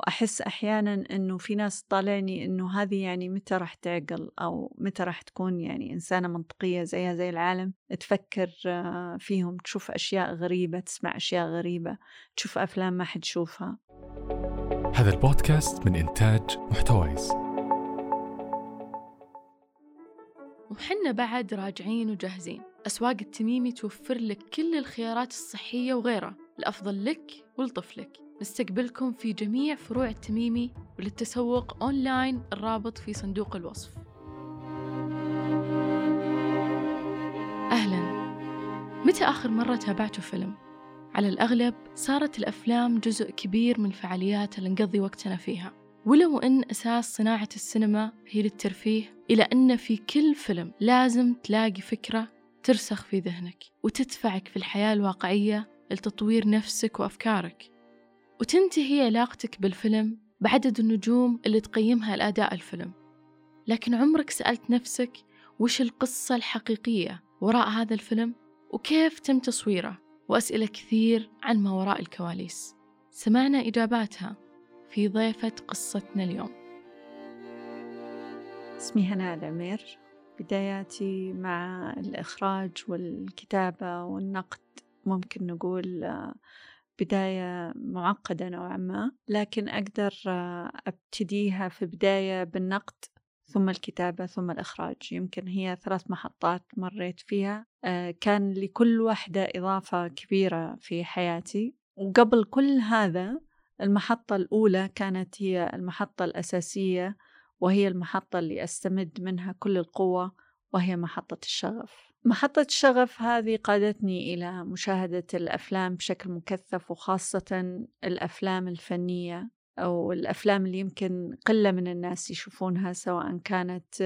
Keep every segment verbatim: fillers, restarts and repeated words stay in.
وأحس أحياناً إنه في ناس طالعني إنه هذه يعني متى راح تعقل أو متى راح تكون يعني إنسانة منطقية زيها زي العالم، تفكر فيهم، تشوف أشياء غريبة، تسمع أشياء غريبة، تشوف أفلام ما حد يشوفها. هذا البودكاست من إنتاج محتويس. وحنا بعد راجعين وجاهزين. أسواق التميمي توفر لك كل الخيارات الصحية وغيرها الأفضل لك ولطفلك. نستقبلكم في جميع فروع التميمي، وللتسوق أونلاين الرابط في صندوق الوصف. أهلاً. متى آخر مرة تابعتوا فيلم؟ على الأغلب صارت الأفلام جزء كبير من الفعاليات اللي نقضي وقتنا فيها، ولو أن أساس صناعة السينما هي للترفيه، إلى أن في كل فيلم لازم تلاقي فكرة ترسخ في ذهنك وتدفعك في الحياة الواقعية لتطوير نفسك وأفكارك. وتنتهي علاقتك بالفيلم بعدد النجوم اللي تقيمها الأداء الفيلم، لكن عمرك سألت نفسك وش القصة الحقيقية وراء هذا الفيلم؟ وكيف تم تصويره؟ وأسئلة كثير عن ما وراء الكواليس سمعنا إجاباتها في ضيفة قصتنا اليوم. اسمي هناء العمير. بداياتي مع الإخراج والكتابة والنقد ممكن نقول بداية معقدة نوعا ما، لكن أقدر أبتديها في بداية بالنقد ثم الكتابة ثم الإخراج. يمكن هي ثلاث محطات مريت فيها، كان لكل واحدة إضافة كبيرة في حياتي. وقبل كل هذا المحطة الأولى كانت هي المحطة الأساسية، وهي المحطة اللي أستمد منها كل القوة، وهي محطة الشغف. محطة الشغف هذه قادتني إلى مشاهدة الأفلام بشكل مكثف، وخاصة الأفلام الفنية أو الأفلام اللي يمكن قلة من الناس يشوفونها، سواء كانت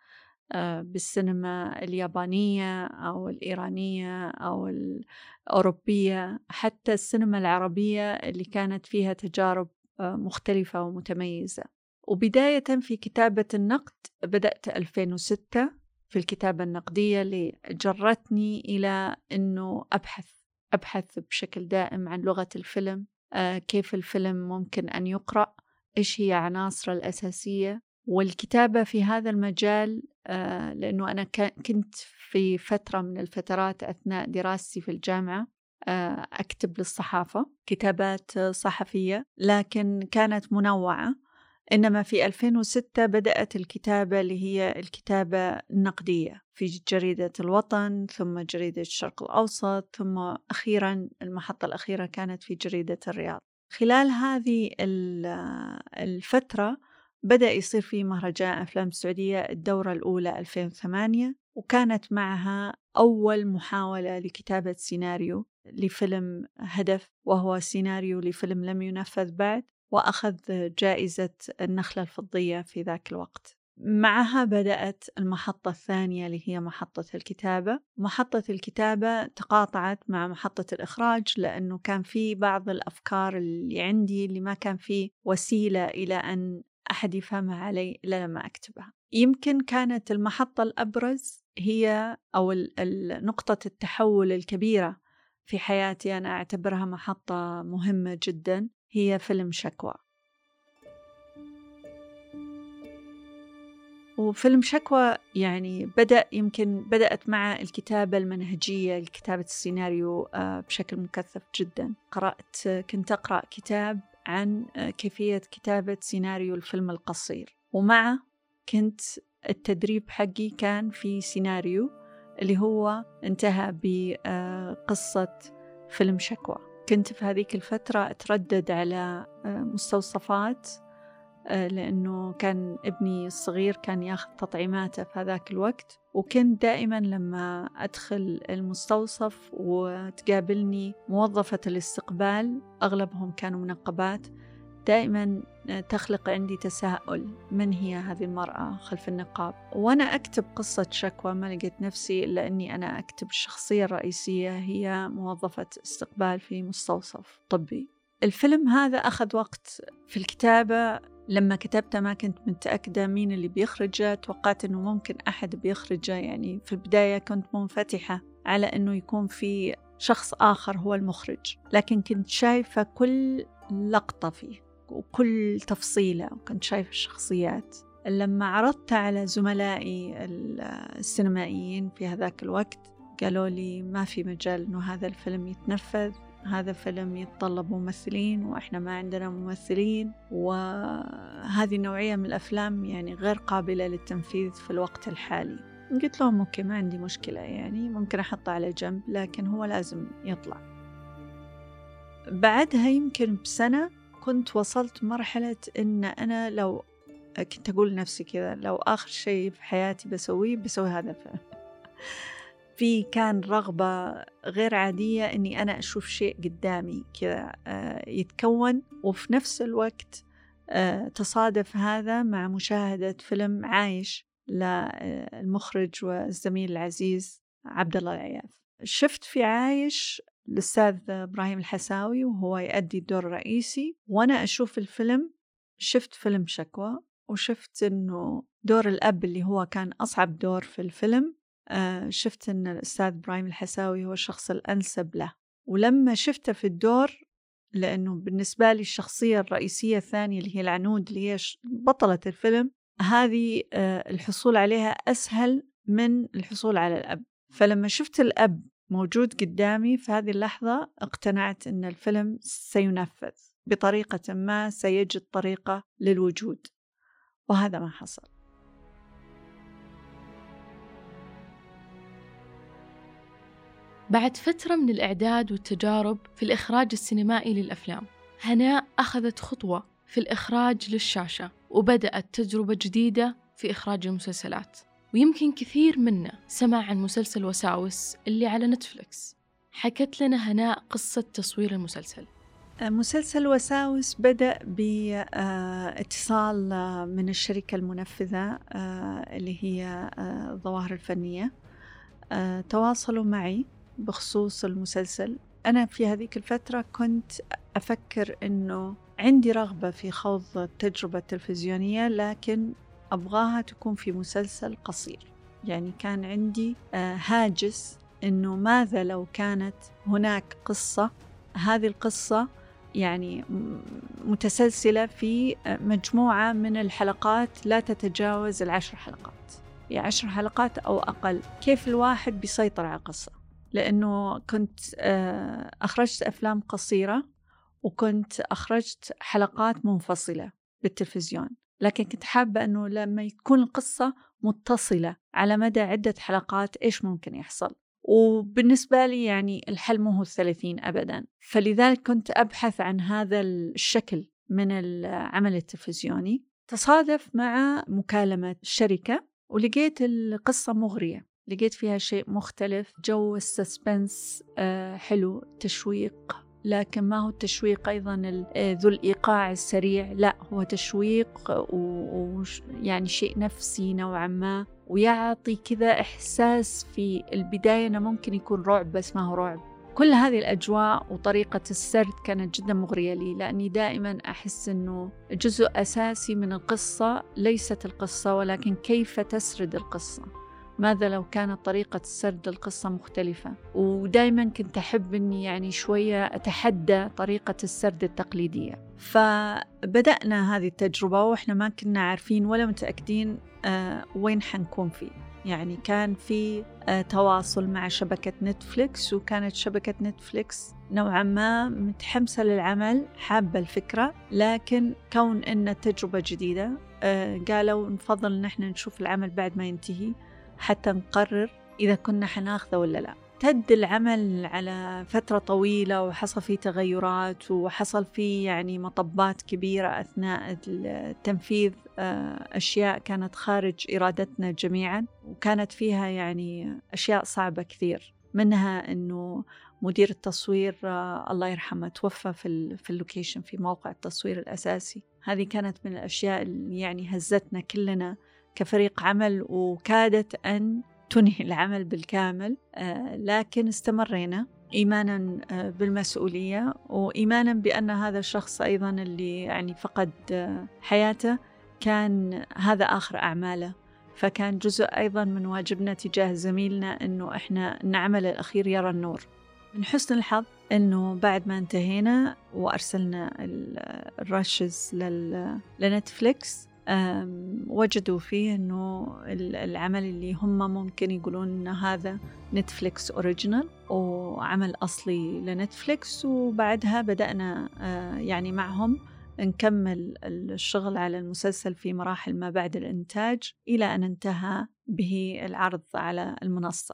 بالسينما اليابانية أو الإيرانية أو الأوروبية، حتى السينما العربية اللي كانت فيها تجارب مختلفة ومتميزة. وبداية في كتابة النقد بدأت ألفين وستة في الكتابة النقدية، اللي جرتني إلى أنه أبحث أبحث بشكل دائم عن لغة الفيلم، كيف الفيلم ممكن أن يقرأ، إيش هي عناصر الأساسية. والكتابة في هذا المجال لأنه أنا كنت في فترة من الفترات أثناء دراستي في الجامعة أكتب للصحافة كتابات صحفية، لكن كانت منوعة. إنما في ألفين وستة بدأت الكتابة اللي هي الكتابة النقدية في جريدة الوطن، ثم جريدة الشرق الأوسط، ثم أخيراً المحطة الأخيرة كانت في جريدة الرياض. خلال هذه الفترة بدأ يصير في مهرجان أفلام السعودية الدورة الأولى ألفين وثمانية، وكانت معها أول محاولة لكتابة سيناريو لفيلم هدف، وهو سيناريو لفيلم لم ينفذ بعد، وأخذ جائزة النخلة الفضية في ذاك الوقت. معها بدأت المحطة الثانية اللي هي محطة الكتابة. محطة الكتابة تقاطعت مع محطة الإخراج، لأنه كان في بعض الأفكار اللي عندي اللي ما كان في وسيلة إلى أن أحد يفهمها علي إلا لما أكتبها. يمكن كانت المحطة الأبرز هي أو نقطة التحول الكبيرة في حياتي، أنا أعتبرها محطة مهمة جدا، هي فيلم شكوى. وفيلم شكوى يعني بدأ يمكن بدأت مع الكتابة المنهجية لكتابة السيناريو بشكل مكثف جدا. قرأت كنت أقرأ كتاب عن كيفية كتابة سيناريو الفيلم القصير، ومع كنت التدريب حقي كان في سيناريو اللي هو انتهى بقصة فيلم شكوى. كنت في هذيك الفترة أتردد على مستوصفات، لأنه كان ابني الصغير كان ياخذ تطعيماته في هذاك الوقت، وكنت دائما لما أدخل المستوصف وتقابلني موظفة الاستقبال، أغلبهم كانوا منقبات، دائما تخلق عندي تساؤل من هي هذه المرأة خلف النقاب. وأنا أكتب قصة شكوى ما لقيت نفسي إلا أني أنا أكتب الشخصية الرئيسية هي موظفة استقبال في مستوصف طبي. الفيلم هذا أخذ وقت في الكتابة. لما كتبته ما كنت متأكدة مين اللي بيخرجه، توقعت أنه ممكن أحد بيخرجه، يعني في البداية كنت منفتحة على أنه يكون في شخص آخر هو المخرج، لكن كنت شايفة كل لقطة فيه، وكل تفصيلة، وكنت شايفة الشخصيات. لما عرضت على زملائي السينمائيين في هذاك الوقت قالوا لي ما في مجال إنه هذا الفيلم يتنفذ، هذا فيلم يتطلب ممثلين وإحنا ما عندنا ممثلين، وهذه النوعية من الأفلام يعني غير قابلة للتنفيذ في الوقت الحالي. قلت لهم أوكي ما عندي مشكلة، يعني ممكن أحطه على جنب، لكن هو لازم يطلع. بعدها يمكن بسنة كنت وصلت مرحلة إن أنا لو كنت أقول لنفسي كذا، لو آخر شيء في حياتي بسويه بسوي هذا الفيلم. في كان رغبة غير عادية إني أنا أشوف شيء قدامي كذا يتكون، وفي نفس الوقت تصادف هذا مع مشاهدة فيلم عايش للمخرج والزميل العزيز عبد الله العياف. شفت في عايش الأستاذ إبراهيم الحساوي وهو يؤدي الدور الرئيسي، وأنا أشوف الفيلم شفت فيلم شكوى، وشفت إنه دور الأب اللي هو كان أصعب دور في الفيلم، آه شفت إن الأستاذ إبراهيم الحساوي هو الشخص الأنسب له. ولما شفته في الدور، لأنه بالنسبة لي الشخصية الرئيسية الثانية اللي هي العنود اللي هي بطلة الفيلم، هذه آه الحصول عليها أسهل من الحصول على الأب. فلما شفت الأب موجود قدامي في هذه اللحظة اقتنعت أن الفيلم سينفذ بطريقة ما، سيجد طريقة للوجود، وهذا ما حصل. بعد فترة من الإعداد والتجارب في الإخراج السينمائي للأفلام، هناء أخذت خطوة في الإخراج للشاشة، وبدأت تجربة جديدة في إخراج المسلسلات. ويمكن كثير منا سمع عن مسلسل وساوس اللي على نتفليكس. حكت لنا هناء قصة تصوير المسلسل. مسلسل وساوس بدأ باتصال من الشركة المنفذة اللي هي الظواهر الفنية، تواصلوا معي بخصوص المسلسل. أنا في هذيك الفترة كنت أفكر أنه عندي رغبة في خوض التجربة التلفزيونية، لكن أبغاها تكون في مسلسل قصير. يعني كان عندي هاجس أنه ماذا لو كانت هناك قصة، هذه القصة يعني متسلسلة في مجموعة من الحلقات لا تتجاوز العشر حلقات، يعني عشر حلقات أو أقل. كيف الواحد بيسيطر على قصة؟ لأنه كنت أخرجت أفلام قصيرة وكنت أخرجت حلقات منفصلة بالتلفزيون، لكن كنت حابة أنه لما يكون القصة متصلة على مدى عدة حلقات إيش ممكن يحصل. وبالنسبة لي يعني الحل مو هو الثلاثين أبدا، فلذلك كنت أبحث عن هذا الشكل من العمل التلفزيوني. تصادف مع مكالمة الشركة ولقيت القصة مغرية، لقيت فيها شيء مختلف، جو السسبنس حلو، تشويق، لكن ما هو التشويق أيضا ذو الإيقاع السريع، لا هو تشويق ويعني شيء نفسي نوعا ما، ويعطي كذا إحساس في البداية أنه ممكن يكون رعب بس ما هو رعب. كل هذه الأجواء وطريقة السرد كانت جدا مغرية لي، لأني دائما أحس أنه جزء أساسي من القصة ليست القصة ولكن كيف تسرد القصة. ماذا لو كانت طريقة سرد القصة مختلفة؟ ودائما كنت أحب أني يعني شوية أتحدى طريقة السرد التقليدية. فبدأنا هذه التجربة وإحنا ما كنا عارفين ولا متأكدين آه وين حنكون فيه. يعني كان في آه تواصل مع شبكة نتفليكس، وكانت شبكة نتفليكس نوعا ما متحمسة للعمل، حابة الفكرة، لكن كون أن التجربة جديدة آه قالوا نفضل أن احنا نشوف العمل بعد ما ينتهي حتى نقرر إذا كنا حناخذه ولا لا. تد العمل على فترة طويلة وحصل فيه تغيرات وحصل فيه يعني مطبات كبيرة أثناء التنفيذ، أشياء كانت خارج إرادتنا جميعا، وكانت فيها يعني أشياء صعبة كثير. منها أنه مدير التصوير الله يرحمه توفى في في اللوكيشن في موقع التصوير الأساسي. هذه كانت من الأشياء اللي يعني هزتنا كلنا كفريق عمل، وكادت أن تنهي العمل بالكامل، آه لكن استمرينا إيمانا آه بالمسؤولية، وإيمانا بأن هذا الشخص أيضا اللي يعني فقد آه حياته كان هذا آخر أعماله، فكان جزء أيضا من واجبنا تجاه زميلنا أنه إحنا العمل الأخير يرى النور. من حسن الحظ أنه بعد ما انتهينا وأرسلنا الراشز لنتفليكس وجدوا فيه أنه العمل اللي هم ممكن يقولون أن هذا نتفليكس أوريجينال وعمل أصلي لنتفليكس. وبعدها بدأنا يعني معهم نكمل الشغل على المسلسل في مراحل ما بعد الإنتاج إلى أن انتهى به العرض على المنصة.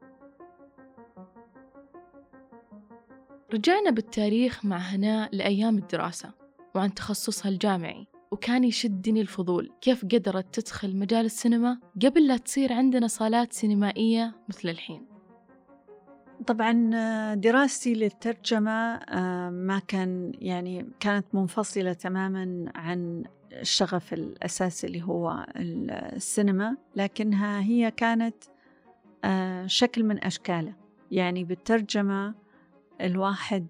رجعنا بالتاريخ مع هناء لأيام الدراسة وعن تخصصها الجامعي، وكان يشدني الفضول كيف قدرت تدخل مجال السينما قبل لا تصير عندنا صالات سينمائية مثل الحين. طبعا دراستي للترجمة ما كان يعني كانت منفصلة تماما عن الشغف الأساسي اللي هو السينما، لكنها هي كانت شكل من أشكاله. يعني بالترجمة الواحد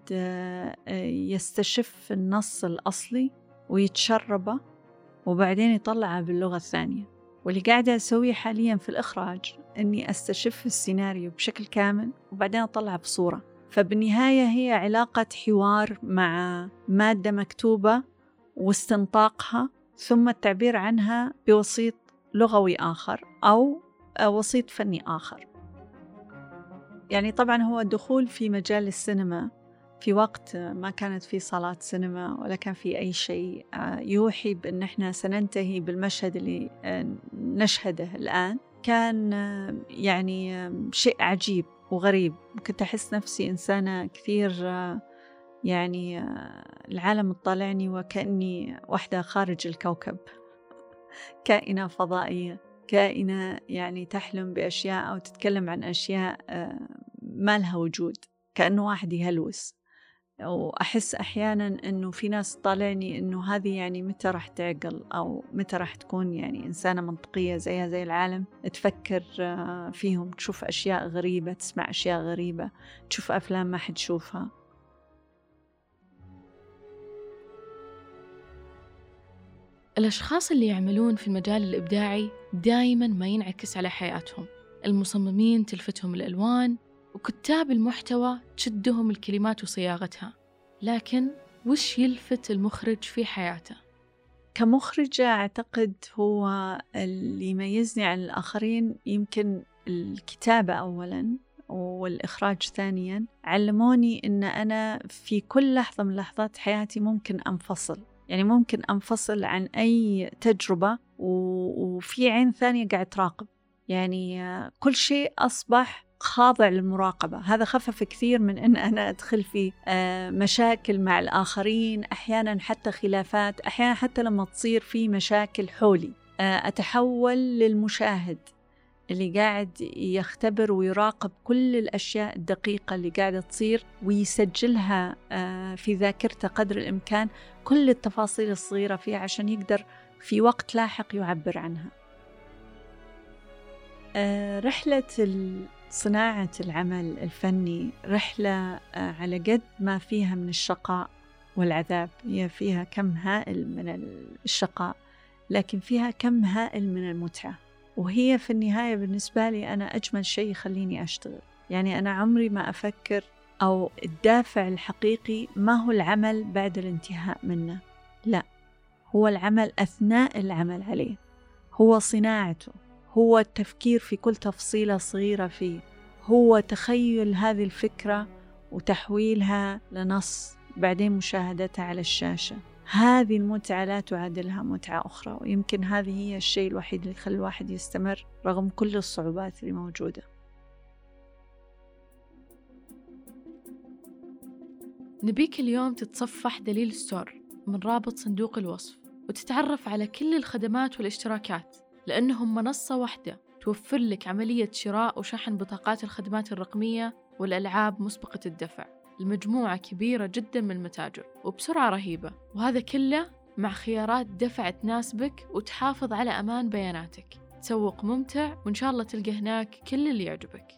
يستشف النص الأصلي ويتشربه وبعدين يطلعه باللغة الثانية. واللي قاعدة أسويه حالياً في الإخراج أني أستشف السيناريو بشكل كامل وبعدين أطلعه بصورة. فبالنهاية هي علاقة حوار مع مادة مكتوبة واستنطاقها ثم التعبير عنها بوسيط لغوي آخر أو وسيط فني آخر. يعني طبعاً هو الدخول في مجال السينما في وقت ما كانت في صالات سينما ولا كان في أي شيء يوحي بأن احنا سننتهي بالمشهد اللي نشهده الآن، كان يعني شيء عجيب وغريب. كنت أحس نفسي إنسانة كثير يعني العالم اطلعني وكأني واحدة خارج الكوكب، كائنة فضائية، كائنة يعني تحلم بأشياء أو تتكلم عن أشياء ما لها وجود، كأنه واحد يهلوس. وأحس أحياناً أنه في ناس طالعني أنه هذه يعني متى راح تعقل أو متى راح تكون يعني إنسانة منطقية زيها زي العالم، تفكر فيهم، تشوف أشياء غريبة، تسمع أشياء غريبة، تشوف أفلام ما حد يشوفها. الأشخاص اللي يعملون في المجال الإبداعي دائماً ما ينعكس على حياتهم. المصممين تلفتهم الألوان، وكتاب المحتوى تشدهم الكلمات وصياغتها، لكن وش يلفت المخرج في حياته؟ كمخرجة أعتقد هو اللي يميزني عن الآخرين يمكن الكتابة أولاً والإخراج ثانياً. علموني أن أنا في كل لحظة من لحظات حياتي ممكن أنفصل، يعني ممكن أنفصل عن أي تجربة وفي عين ثانية قاعد تراقب. يعني كل شيء أصبح خاضع للمراقبة. هذا خفف كثير من أن أنا أدخل في مشاكل مع الآخرين، أحيانا حتى خلافات، أحيانا حتى لما تصير في مشاكل حولي أتحول للمشاهد اللي قاعد يختبر ويراقب كل الأشياء الدقيقة اللي قاعدة تصير ويسجلها في ذاكرته قدر الإمكان، كل التفاصيل الصغيرة فيها عشان يقدر في وقت لاحق يعبر عنها. رحلة صناعة العمل الفني رحلة على قد ما فيها من الشقاء والعذاب، هي فيها كم هائل من الشقاء لكن فيها كم هائل من المتعة، وهي في النهاية بالنسبة لي أنا أجمل شيء يخليني أشتغل. يعني أنا عمري ما أفكر أو الدافع الحقيقي ما هو العمل بعد الانتهاء منه، لا، هو العمل أثناء العمل عليه، هو صناعته، هو التفكير في كل تفصيلة صغيرة فيه، هو تخيل هذه الفكرة وتحويلها لنص بعدين مشاهدتها على الشاشة. هذه المتعة لا تعادلها متعة أخرى، ويمكن هذه هي الشيء الوحيد اللي يخلي الواحد يستمر رغم كل الصعوبات اللي موجودة. نبيك اليوم تتصفح دليل ستور من رابط صندوق الوصف وتتعرف على كل الخدمات والاشتراكات، لأنهم منصة واحدة توفر لك عملية شراء وشحن بطاقات الخدمات الرقمية والألعاب مسبقة الدفع لمجموعة كبيرة جدا من المتاجر وبسرعة رهيبة، وهذا كله مع خيارات دفع تناسبك وتحافظ على أمان بياناتك. تسوق ممتع وإن شاء الله تلقى هناك كل اللي يعجبك.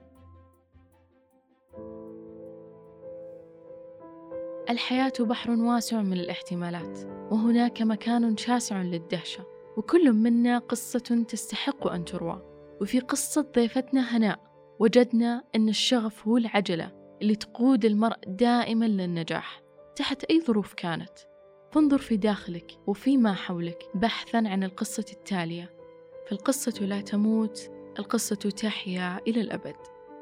الحياة بحر واسع من الاحتمالات، وهناك مكان شاسع للدهشة، وكل منا قصة تستحق أن تروى. وفي قصة ضيفتنا هناء وجدنا أن الشغف هو العجلة اللي تقود المرء دائما للنجاح تحت أي ظروف كانت. فانظر في داخلك وفيما حولك بحثا عن القصة التالية، فالقصة لا تموت، القصة تحيا إلى الأبد.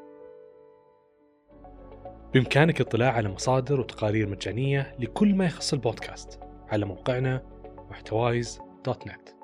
بإمكانك الاطلاع على مصادر وتقارير مجانية لكل ما يخص البودكاست على موقعنا محتوايز دوت نت.